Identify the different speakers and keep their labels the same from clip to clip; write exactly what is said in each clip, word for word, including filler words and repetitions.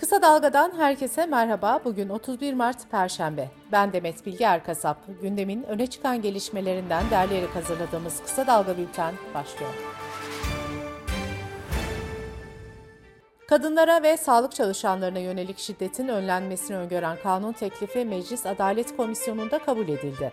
Speaker 1: Kısa Dalga'dan herkese merhaba. Bugün otuz bir Mart Perşembe. Ben Demet Bilge Erkasap. Gündemin öne çıkan gelişmelerinden derleyerek hazırladığımız Kısa Dalga Bülten başlıyor. Kadınlara ve sağlık çalışanlarına yönelik şiddetin önlenmesini öngören kanun teklifi Meclis Adalet Komisyonu'nda kabul edildi.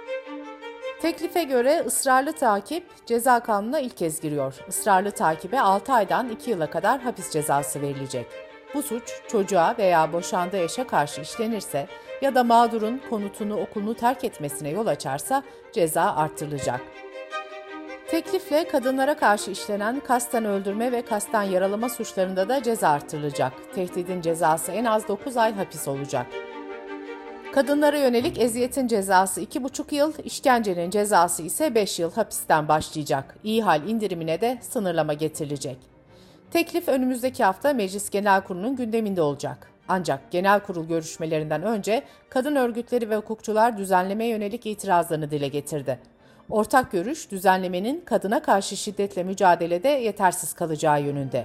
Speaker 1: Teklife göre ısrarlı takip ceza kanununa ilk kez giriyor. Israrlı takibe altı aydan iki yıla kadar hapis cezası verilecek. Bu suç çocuğa veya boşandığı eşe karşı işlenirse ya da mağdurun konutunu, okulunu terk etmesine yol açarsa ceza artırılacak. Teklifle kadınlara karşı işlenen kasten öldürme ve kasten yaralama suçlarında da ceza artırılacak. Tehdidin cezası en az dokuz ay hapis olacak. Kadınlara yönelik eziyetin cezası iki buçuk yıl, işkencenin cezası ise beş yıl hapisten başlayacak. İyi hal indirimine de sınırlama getirilecek. Teklif önümüzdeki hafta Meclis Genel Kurulu'nun gündeminde olacak. Ancak genel kurul görüşmelerinden önce kadın örgütleri ve hukukçular düzenlemeye yönelik itirazlarını dile getirdi. Ortak görüş düzenlemenin kadına karşı şiddetle mücadelede yetersiz kalacağı yönünde.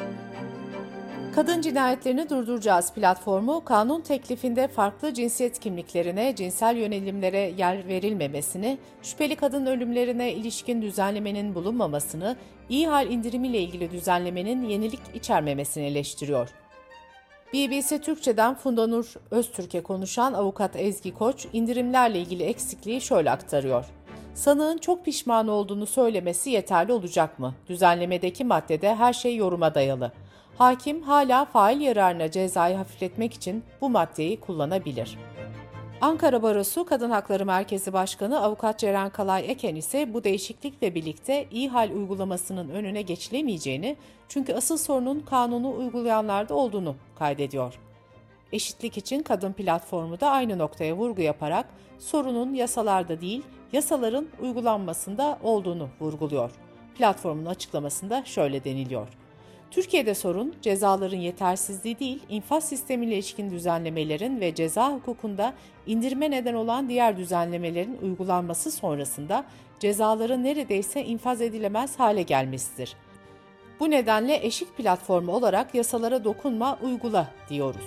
Speaker 1: Kadın Cinayetlerini Durduracağız platformu, kanun teklifinde farklı cinsiyet kimliklerine, cinsel yönelimlere yer verilmemesini, şüpheli kadın ölümlerine ilişkin düzenlemenin bulunmamasını, iyi hal indirimiyle ilgili düzenlemenin yenilik içermemesini eleştiriyor. B B C Türkçe'den Funda Nur Öztürk'e konuşan avukat Ezgi Koç, indirimlerle ilgili eksikliği şöyle aktarıyor. Sanığın çok pişman olduğunu söylemesi yeterli olacak mı? Düzenlemedeki maddede her şey yoruma dayalı. Hakim hala fail yararına cezayı hafifletmek için bu maddeyi kullanabilir. Ankara Barosu Kadın Hakları Merkezi Başkanı Avukat Ceren Kalay Eken ise bu değişiklikle birlikte iyi hal uygulamasının önüne geçilemeyeceğini, çünkü asıl sorunun kanunu uygulayanlarda olduğunu kaydediyor. Eşitlik için Kadın platformu da aynı noktaya vurgu yaparak sorunun yasalarda değil, yasaların uygulanmasında olduğunu vurguluyor. Platformun açıklamasında şöyle deniliyor. Türkiye'de sorun cezaların yetersizliği değil, infaz sistemiyle ilişkin düzenlemelerin ve ceza hukukunda indirime neden olan diğer düzenlemelerin uygulanması sonrasında cezaların neredeyse infaz edilemez hale gelmesidir. Bu nedenle eşik platformu olarak yasalara dokunma, uygula diyoruz.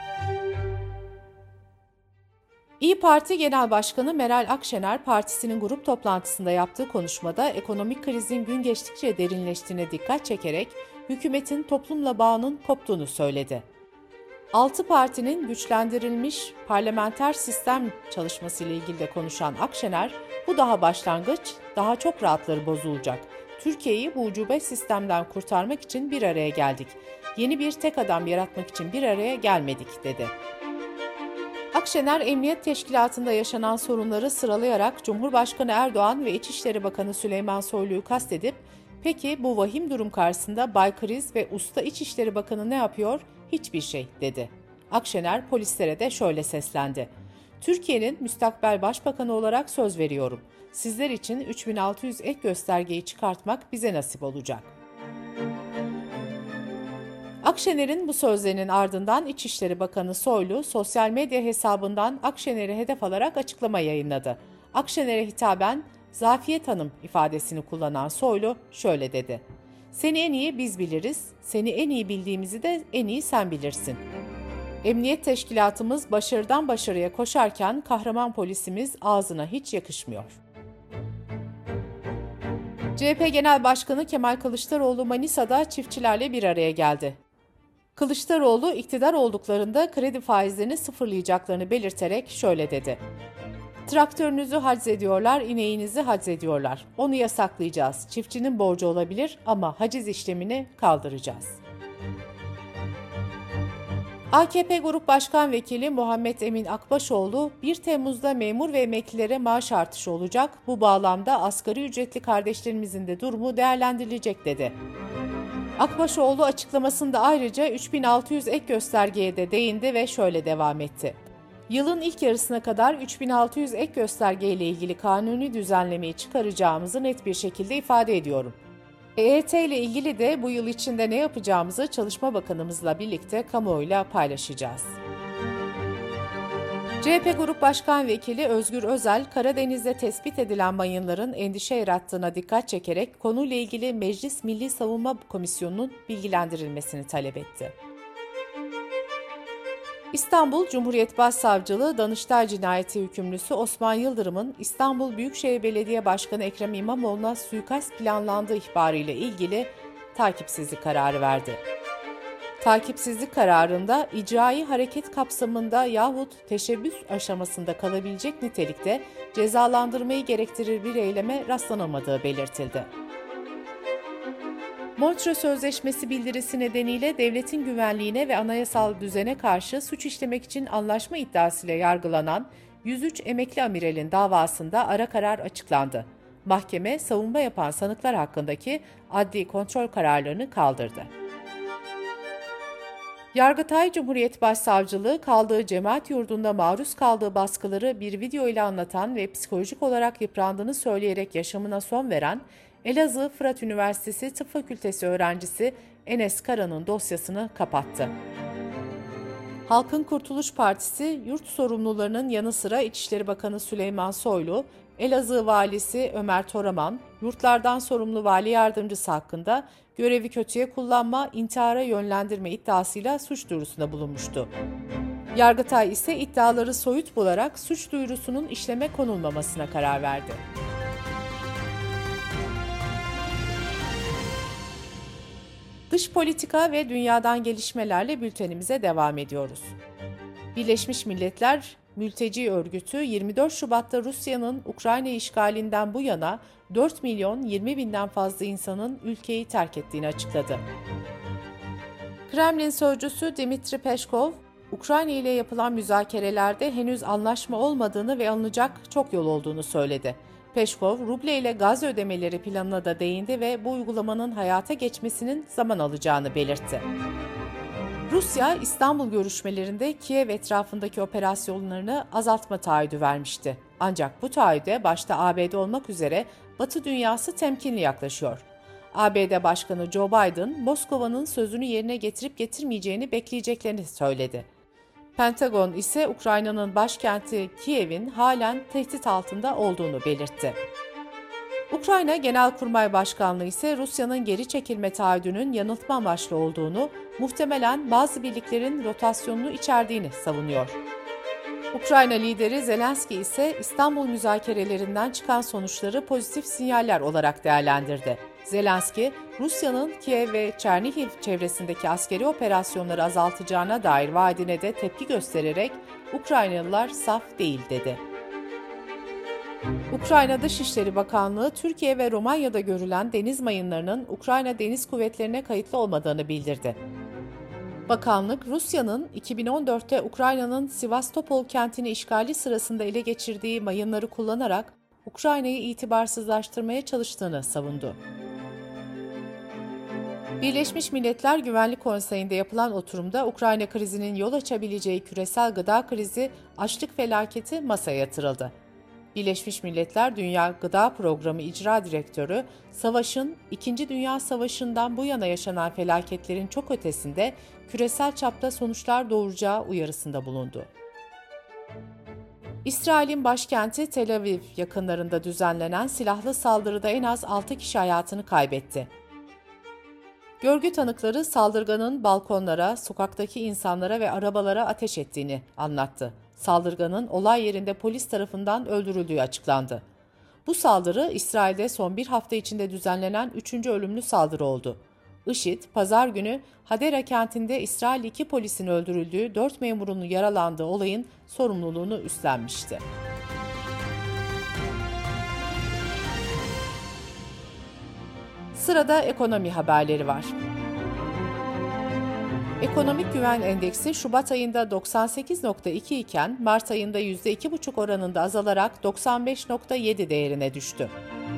Speaker 1: İYİ Parti Genel Başkanı Meral Akşener, partisinin grup toplantısında yaptığı konuşmada ekonomik krizin gün geçtikçe derinleştiğine dikkat çekerek hükümetin toplumla bağının koptuğunu söyledi. Altı partinin güçlendirilmiş parlamenter sistem çalışmasıyla ilgili de konuşan Akşener, bu daha başlangıç, daha çok rahatları bozulacak. Türkiye'yi bu ucube sistemden kurtarmak için bir araya geldik. Yeni bir tek adam yaratmak için bir araya gelmedik, dedi. Akşener, Emniyet Teşkilatı'nda yaşanan sorunları sıralayarak Cumhurbaşkanı Erdoğan ve İçişleri Bakanı Süleyman Soylu'yu kastedip, peki bu vahim durum karşısında Bay Kriz ve Usta İçişleri Bakanı ne yapıyor? Hiçbir şey, dedi. Akşener polislere de şöyle seslendi. Türkiye'nin müstakbel başbakanı olarak söz veriyorum. Sizler için üç bin altı yüz ek göstergeyi çıkartmak bize nasip olacak. Akşener'in bu sözlerinin ardından İçişleri Bakanı Soylu sosyal medya hesabından Akşener'i hedef alarak açıklama yayınladı. Akşener'e hitaben Zafiyet Hanım ifadesini kullanan Soylu şöyle dedi. Seni en iyi biz biliriz, seni en iyi bildiğimizi de en iyi sen bilirsin. Emniyet teşkilatımız başarıdan başarıya koşarken kahraman polisimiz ağzına hiç yakışmıyor. C H P Genel Başkanı Kemal Kılıçdaroğlu Manisa'da çiftçilerle bir araya geldi. Kılıçdaroğlu iktidar olduklarında kredi faizlerini sıfırlayacaklarını belirterek şöyle dedi. Traktörünüzü haczediyorlar, ineğinizi haczediyorlar. Onu yasaklayacağız. Çiftçinin borcu olabilir ama haciz işlemini kaldıracağız. A K P Grup Başkan Vekili Muhammed Emin Akbaşoğlu, bir Temmuz'da memur ve emeklilere maaş artışı olacak. Bu bağlamda asgari ücretli kardeşlerimizin de durumu değerlendirilecek, dedi. Akbaşoğlu açıklamasında ayrıca üç bin altı yüz ek göstergeye de değindi ve şöyle devam etti. Yılın ilk yarısına kadar üç bin altı yüz ek gösterge ile ilgili kanuni düzenlemeyi çıkaracağımızı net bir şekilde ifade ediyorum. E Y T ile ilgili de bu yıl içinde ne yapacağımızı Çalışma Bakanımızla birlikte kamuoyuyla paylaşacağız. C H P Grup Başkan Vekili Özgür Özel, Karadeniz'de tespit edilen mayınların endişe yarattığına dikkat çekerek konuyla ilgili Meclis Milli Savunma Komisyonu'nun bilgilendirilmesini talep etti. İstanbul Cumhuriyet Başsavcılığı Danıştay cinayeti hükümlüsü Osman Yıldırım'ın İstanbul Büyükşehir Belediye Başkanı Ekrem İmamoğlu'na suikast planlandığı ihbarıyla ilgili takipsizlik kararı verdi. Takipsizlik kararında icraî hareket kapsamında yahut teşebbüs aşamasında kalabilecek nitelikte cezalandırmayı gerektirir bir eyleme rastlanamadığı belirtildi. Montreux Sözleşmesi bildirisi nedeniyle devletin güvenliğine ve anayasal düzene karşı suç işlemek için anlaşma iddiasıyla yargılanan yüz üç emekli amiralin davasında ara karar açıklandı. Mahkeme, savunma yapan sanıklar hakkındaki adli kontrol kararlarını kaldırdı. Yargıtay Cumhuriyet Başsavcılığı kaldığı cemaat yurdunda maruz kaldığı baskıları bir video ile anlatan ve psikolojik olarak yıprandığını söyleyerek yaşamına son veren Elazığ Fırat Üniversitesi Tıp Fakültesi öğrencisi Enes Kara'nın dosyasını kapattı. Halkın Kurtuluş Partisi yurt sorumlularının yanı sıra İçişleri Bakanı Süleyman Soylu, Elazığ Valisi Ömer Toraman, yurtlardan sorumlu vali yardımcısı hakkında görevi kötüye kullanma, intihara yönlendirme iddiasıyla suç duyurusunda bulunmuştu. Yargıtay ise iddiaları soyut bularak suç duyurusunun işleme konulmamasına karar verdi. Dış politika ve dünyadan gelişmelerle bültenimize devam ediyoruz. Birleşmiş Milletler Mülteci Örgütü yirmi dört Şubat'ta Rusya'nın Ukrayna işgalinden bu yana dört milyon yirmi binden fazla insanın ülkeyi terk ettiğini açıkladı. Kremlin sözcüsü Dmitri Peskov, Ukrayna ile yapılan müzakerelerde henüz anlaşma olmadığını ve alınacak çok yol olduğunu söyledi. Peskov, ruble ile gaz ödemeleri planına da değindi ve bu uygulamanın hayata geçmesinin zaman alacağını belirtti. Rusya, İstanbul görüşmelerinde Kiev etrafındaki operasyonlarını azaltma taahhüdü vermişti. Ancak bu taahhüde başta A B D olmak üzere Batı dünyası temkinli yaklaşıyor. A B D Başkanı Joe Biden, Moskova'nın sözünü yerine getirip getirmeyeceğini bekleyeceklerini söyledi. Pentagon ise Ukrayna'nın başkenti Kiev'in halen tehdit altında olduğunu belirtti. Ukrayna Genelkurmay Başkanlığı ise Rusya'nın geri çekilme taahhüdünün yanıltma amaçlı olduğunu, muhtemelen bazı birliklerin rotasyonunu içerdiğini savunuyor. Ukrayna lideri Zelenski ise İstanbul müzakerelerinden çıkan sonuçları pozitif sinyaller olarak değerlendirdi. Zelenski, Rusya'nın Kiev ve Çernihiv çevresindeki askeri operasyonları azaltacağına dair vaadine de tepki göstererek Ukraynalılar saf değil dedi. Ukrayna Dışişleri Bakanlığı, Türkiye ve Romanya'da görülen deniz mayınlarının Ukrayna Deniz Kuvvetleri'ne kayıtlı olmadığını bildirdi. Bakanlık, Rusya'nın iki bin on dörtte Ukrayna'nın Sivastopol kentini işgali sırasında ele geçirdiği mayınları kullanarak Ukrayna'yı itibarsızlaştırmaya çalıştığını savundu. Birleşmiş Milletler Güvenlik Konseyi'nde yapılan oturumda Ukrayna krizinin yol açabileceği küresel gıda krizi, açlık felaketi masaya yatırıldı. Birleşmiş Milletler Dünya Gıda Programı İcra Direktörü, savaşın, İkinci Dünya Savaşı'ndan bu yana yaşanan felaketlerin çok ötesinde küresel çapta sonuçlar doğuracağı uyarısında bulundu. İsrail'in başkenti Tel Aviv yakınlarında düzenlenen silahlı saldırıda en az altı kişi hayatını kaybetti. Görgü tanıkları saldırganın balkonlara, sokaktaki insanlara ve arabalara ateş ettiğini anlattı. Saldırganın olay yerinde polis tarafından öldürüldüğü açıklandı. Bu saldırı İsrail'de son bir hafta içinde düzenlenen üçüncü ölümlü saldırı oldu. IŞİD, pazar günü Hadera kentinde İsrail iki polisin öldürüldüğü, dört memurun yaralandığı olayın sorumluluğunu üstlenmişti. Sırada ekonomi haberleri var. Ekonomik Güven Endeksi Şubat ayında doksan sekiz nokta iki iken Mart ayında yüzde iki buçuk oranında azalarak doksan beş nokta yedi değerine düştü.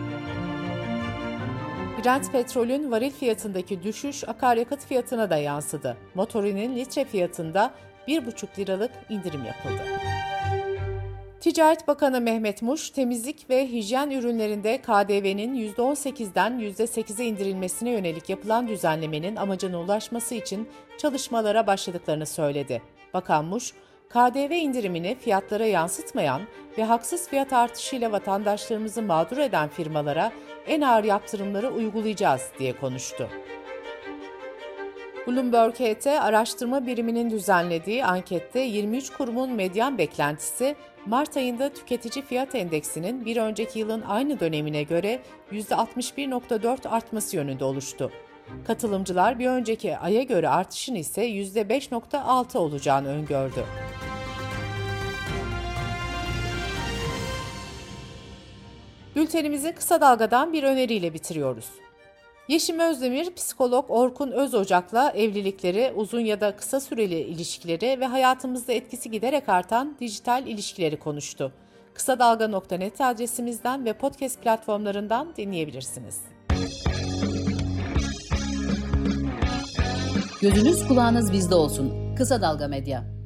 Speaker 1: Brent petrolün varil fiyatındaki düşüş akaryakıt fiyatına da yansıdı. Motorinin litre fiyatında bir buçuk liralık indirim yapıldı. Ticaret Bakanı Mehmet Muş, temizlik ve hijyen ürünlerinde K D V'nin yüzde on sekizden yüzde sekize indirilmesine yönelik yapılan düzenlemenin amacına ulaşması için çalışmalara başladıklarını söyledi. Bakan Muş, K D V indirimini fiyatlara yansıtmayan ve haksız fiyat artışıyla vatandaşlarımızı mağdur eden firmalara en ağır yaptırımları uygulayacağız diye konuştu. Bloomberg H T araştırma biriminin düzenlediği ankette yirmi üç kurumun medyan beklentisi, Mart ayında tüketici fiyat endeksinin bir önceki yılın aynı dönemine göre yüzde altmış bir virgül dört artması yönünde oluştu. Katılımcılar bir önceki aya göre artışın ise yüzde beş virgül altı olacağını öngördü. Bültenimizi kısa dalgadan bir öneriyle bitiriyoruz. Yeşim Özdemir, psikolog Orkun Özocak'la evlilikleri, uzun ya da kısa süreli ilişkileri ve hayatımızda etkisi giderek artan dijital ilişkileri konuştu. kısa dalga nokta net adresimizden ve podcast platformlarından dinleyebilirsiniz.
Speaker 2: Gözünüz kulağınız bizde olsun. Kısa Dalga Medya.